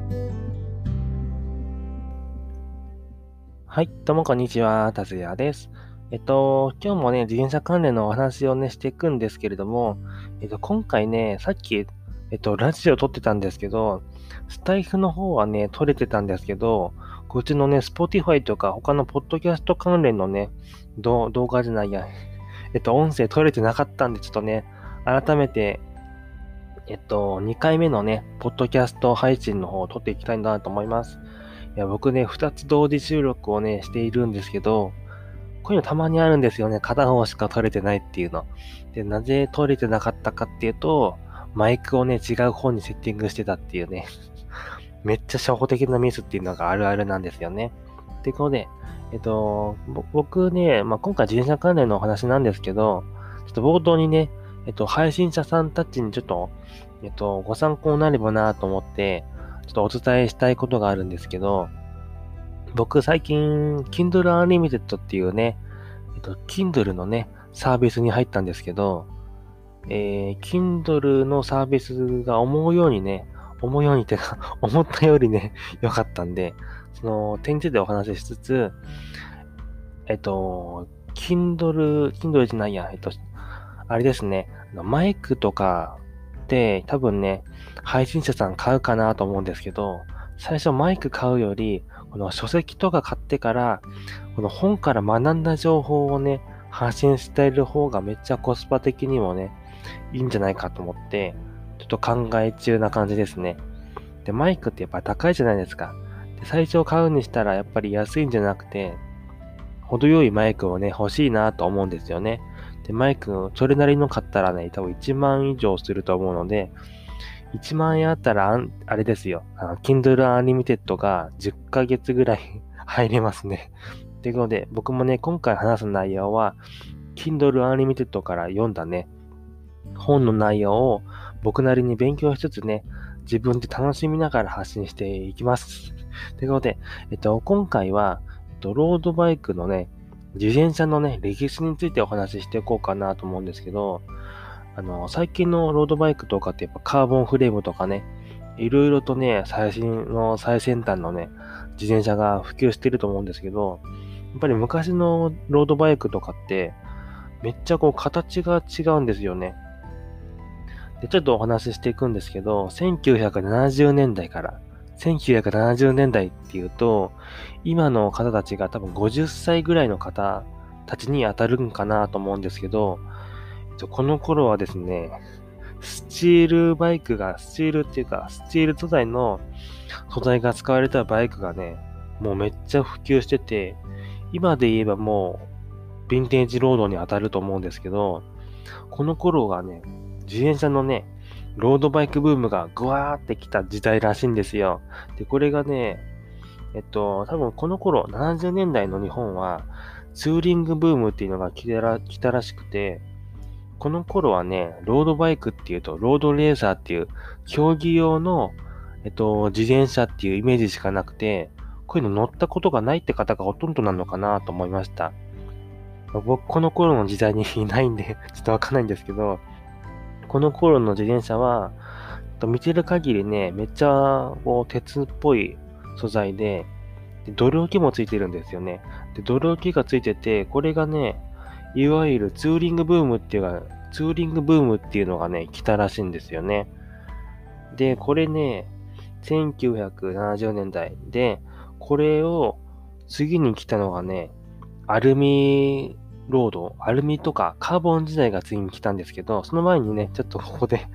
はい、どうもこんにちは、達也です。今日もね、自転車関連のお話をね、していくんですけれども、今回ね、さっき、ラジオ撮ってたんですけど、スタイフの方はね、撮れてたんですけど、こっちのね、Spotify とか他のポッドキャスト関連のね、動画じゃないや、音声撮れてなかったんで、ちょっとね、改めて、2回目のね、ポッドキャスト配信の方を撮っていきたいなと思います。いや、僕ね、2つ同時収録をね、しているんですけど、こういうのたまにあるんですよね。片方しか撮れてないっていうの。で、なぜ撮れてなかったかっていうと、マイクをね、違う方にセッティングしてたっていうね。めっちゃ初歩的なミスっていうのがあるあるなんですよね。で、ここで、僕ね、今回自転車関連のお話なんですけど、ちょっと冒頭にね、配信者さんたちにちょっと、ご参考になればなと思って、ちょっとお伝えしたいことがあるんですけど、僕最近、Kindle Unlimited っていうね、Kindle のね、サービスに入ったんですけど、Kindle のサービスが思うようにってか、思ったよりね、良かったんで、その点についてお話ししつつ、Kindle じゃないや、あれですね、マイクとかって多分ね、配信者さん買うかなと思うんですけど、最初マイク買うより、この書籍とか買ってから、この本から学んだ情報をね、発信している方がめっちゃコスパ的にもね、いいんじゃないかと思って、ちょっと考え中な感じですね。で、マイクってやっぱ高いじゃないですか。で、最初買うにしたらやっぱり安いんじゃなくて、程よいマイクをね、欲しいなと思うんですよね。で、マイク、それなりの買ったらね、多分1万以上すると思うので、1万円あったら、あれですよ。Kindle Unlimited が10ヶ月ぐらい入れますね。ということで、僕もね、今回話す内容は、Kindle Unlimited から読んだね、本の内容を僕なりに勉強しつつね、自分で楽しみながら発信していきます。ということで、今回は、ロードバイクのね、自転車のね、歴史についてお話ししていこうかなと思うんですけど、最近のロードバイクとかってやっぱカーボンフレームとかね、いろいろとね、最先端のね、自転車が普及していると思うんですけど、やっぱり昔のロードバイクとかって、めっちゃこう形が違うんですよね。で、ちょっとお話ししていくんですけど、1970年代から、1970年代っていうと、今の方たちが多分50歳ぐらいの方たちに当たるんかなと思うんですけど、この頃はですね、スチールバイクが、スチールっていうか、スチール素材の素材が使われたバイクがね、もうめっちゃ普及してて、今で言えばもう、ヴィンテージロードに当たると思うんですけど、この頃がね、自転車のね、ロードバイクブームがグワーってきた時代らしいんですよ。で、これがね、多分この頃、70年代の日本は、ツーリングブームっていうのが来たらしくて、この頃はね、ロードバイクっていうと、ロードレーサーっていう、競技用の、自転車っていうイメージしかなくて、こういうの乗ったことがないって方がほとんどなのかなと思いました。僕、この頃の時代にいないんでちょっとわかんないんですけど、この頃の自転車は、見てる限りね、めっちゃ、こう、鉄っぽい素材で、泥置きもついてるんですよね。で、泥置きがついてて、これがね、いわゆるツーリングブームっていうのがね、来たらしいんですよね。で、これね、1970年代で、これを次に来たのがね、アルミアルミとかカーボン時代が次に来たんですけど、その前にね、ちょっとここで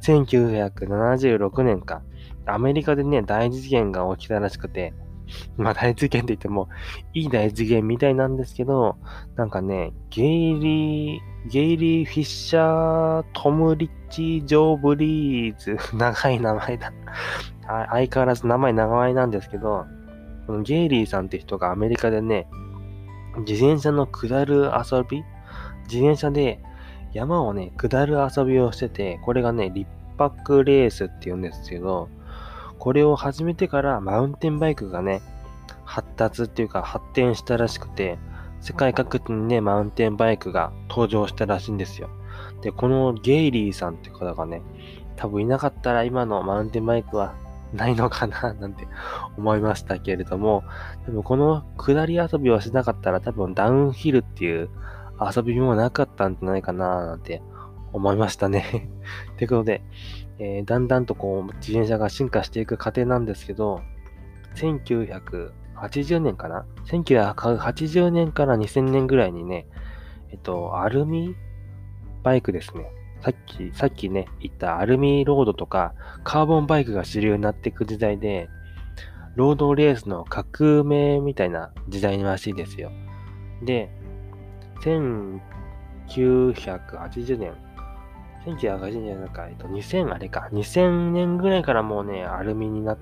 1976年か、アメリカでね、大事件が起きたらしくて、大事件って言っても、いい大事件みたいなんですけど、なんかね、ゲイリー・フィッシャー・トム・リッチ・ジョー・ブリーズ、長い名前だ。相変わらず名前長いなんですけど、このゲイリーさんって人がアメリカでね、自転車の下る遊び自転車で山をね、下る遊びをしてて、これがね、立白レースって言うんですけど、これを始めてからマウンテンバイクがね、発達っていうか発展したらしくて、世界各地にね、マウンテンバイクが登場したらしいんですよ。で、このゲイリーさんって方がね、多分いなかったら今のマウンテンバイクはないのかななんて思いましたけれども、でもこの下り遊びをしなかったら多分ダウンヒルっていう遊びもなかったんじゃないかななんて思いましたね。ということで、だんだんと自転車が進化していく過程なんですけど、1980年かな ?1980 年から2000年ぐらいにね、アルミバイクですね。さっきね、言ったアルミロードとか、カーボンバイクが主流になっていく時代で、ロードレースの革命みたいな時代らしいですよ。で、1980年、1980年なんか、2000あれか、2000年ぐらいからもうね、アルミになって、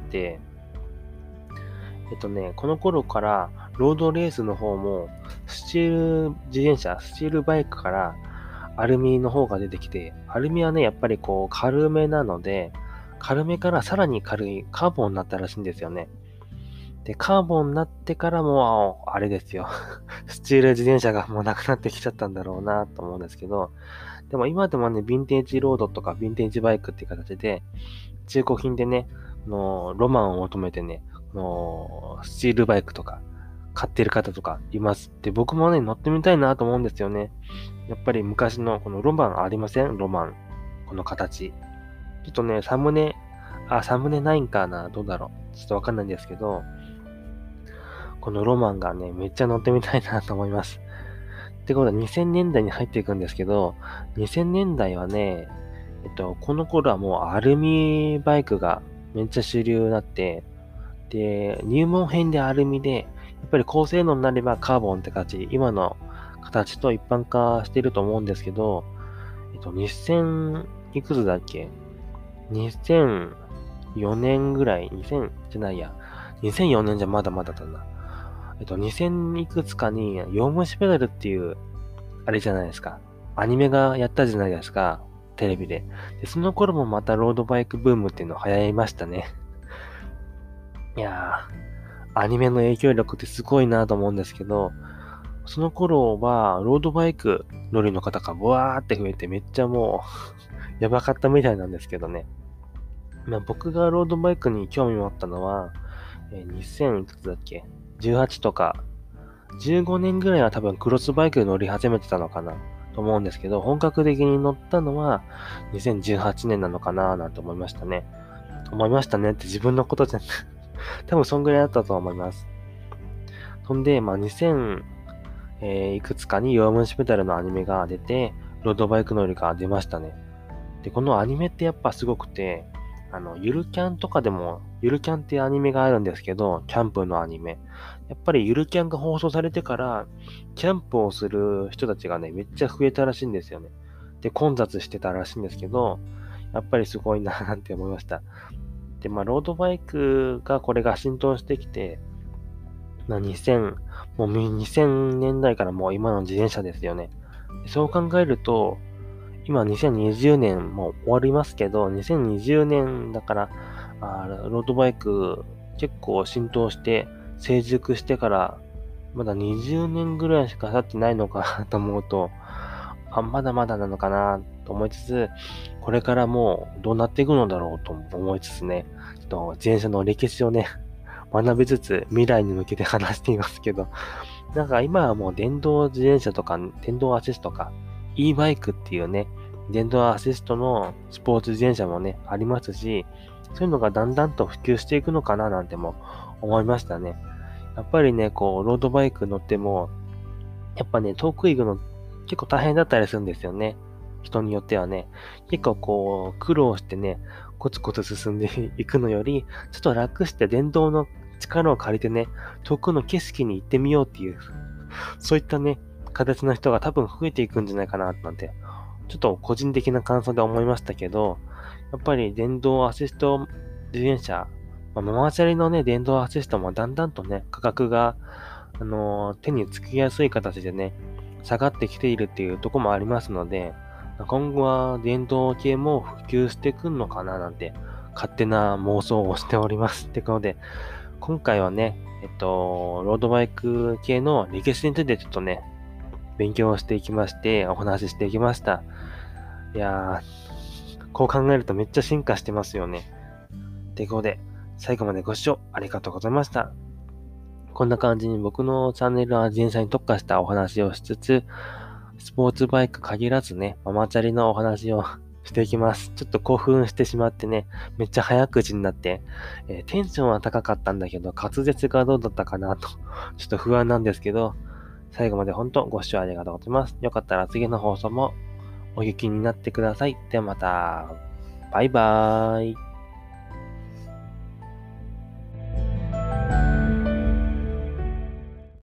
この頃から、ロードレースの方も、スチール自転車、スチールバイクから、アルミの方が出てきて、アルミはね、やっぱり軽めなので、軽めからさらに軽いカーボンになったらしいんですよね。で、カーボンになってからも、あれですよ。スチール自転車がもうなくなってきちゃったんだろうなと思うんですけど、でも今でもね、ヴィンテージロードとかヴィンテージバイクっていう形で、中古品でね、ロマンを求めてね、スチールバイクとか買ってる方とかいます。で、僕もね、乗ってみたいなと思うんですよね。やっぱり昔のこのロマンありません？ロマン。この形。ちょっとね、サムネないんかなどうだろうちょっとわかんないんですけど、このロマンがね、めっちゃ乗ってみたいなと思います。ってことは2000年代に入っていくんですけど、2000年代はね、この頃はもうアルミバイクがめっちゃ主流になって、で、入門編でアルミで、やっぱり高性能になればカーボンって形、今の形と一般化してると思うんですけど、2000いくつだっけ ?2004 年ぐらい、2000じゃないや、2004年じゃまだまだだな。2000いくつかに、弱虫ペダルっていう、あれじゃないですか。アニメがやったじゃないですか。テレビで。で、その頃もまたロードバイクブームっていうの流行りましたね。いやー、アニメの影響力ってすごいなと思うんですけど、その頃は、ロードバイク乗りの方がブワーって増えてめっちゃもうやばかったみたいなんですけどね。僕がロードバイクに興味を持ったのは、2000いくつだっけ ?18 とか、15年ぐらいは多分クロスバイク乗り始めてたのかなと思うんですけど、本格的に乗ったのは2018年なのかななんて思いましたね。思いましたねって自分のことじゃ多分そんぐらいだったと思います。そんで、2000、いくつかに弱虫ペダルのアニメが出て、ロードバイク乗りが出ましたね。で、このアニメってやっぱすごくて、ゆるキャンとかでも、ゆるキャンっていうアニメがあるんですけど、キャンプのアニメ。やっぱりゆるキャンが放送されてから、キャンプをする人たちがね、めっちゃ増えたらしいんですよね。で、混雑してたらしいんですけど、やっぱりすごいななんて思いました。で、ロードバイクがこれが浸透してきて、2000、もう2000年代からもう今の自転車ですよね。そう考えると、今2020年も終わりますけど、2020年だから、ロードバイク結構浸透して成熟してから、まだ20年ぐらいしか経ってないのかなと思うと、まだまだなのかなと思いつつ、これからもうどうなっていくのだろうと思いつつね、ちょっと自転車の歴史をね、学びつつ未来に向けて話していますけど、なんか今はもう電動自転車とか、電動アシストとか、e バイクっていうね、電動アシストのスポーツ自転車もね、ありますし、そういうのがだんだんと普及していくのかななんても思いましたね。やっぱりね、ロードバイク乗っても、やっぱね、遠く行くの結構大変だったりするんですよね。人によってはね。結構苦労してね、コツコツ進んでいくのより、ちょっと楽して電動の力を借りてね、遠くの景色に行ってみようっていう、そういったね、形の人が多分増えていくんじゃないかな、なんて、ちょっと個人的な感想で思いましたけど、やっぱり電動アシスト自転車、ママチャリのね、電動アシストもだんだんとね、価格が、手につきやすい形でね、下がってきているっていうところもありますので、今後は電動系も普及してくんのかななんて、勝手な妄想をしております。ってことで、今回はね、ロードバイク系の歴史についてちょっとね、勉強していきまして、お話ししていきました。いやー、こう考えるとめっちゃ進化してますよね。ってことで、 最後までご視聴ありがとうございました。こんな感じに僕のチャンネルは自転車に特化したお話をしつつ、スポーツバイク限らずね、ママチャリのお話をしていきます。ちょっと興奮してしまってね、めっちゃ早口になって、テンションは高かったんだけど、滑舌がどうだったかなと、ちょっと不安なんですけど、最後まで本当ご視聴ありがとうございます。よかったら次の放送もお聞きになってください。ではまた。バイバーイ。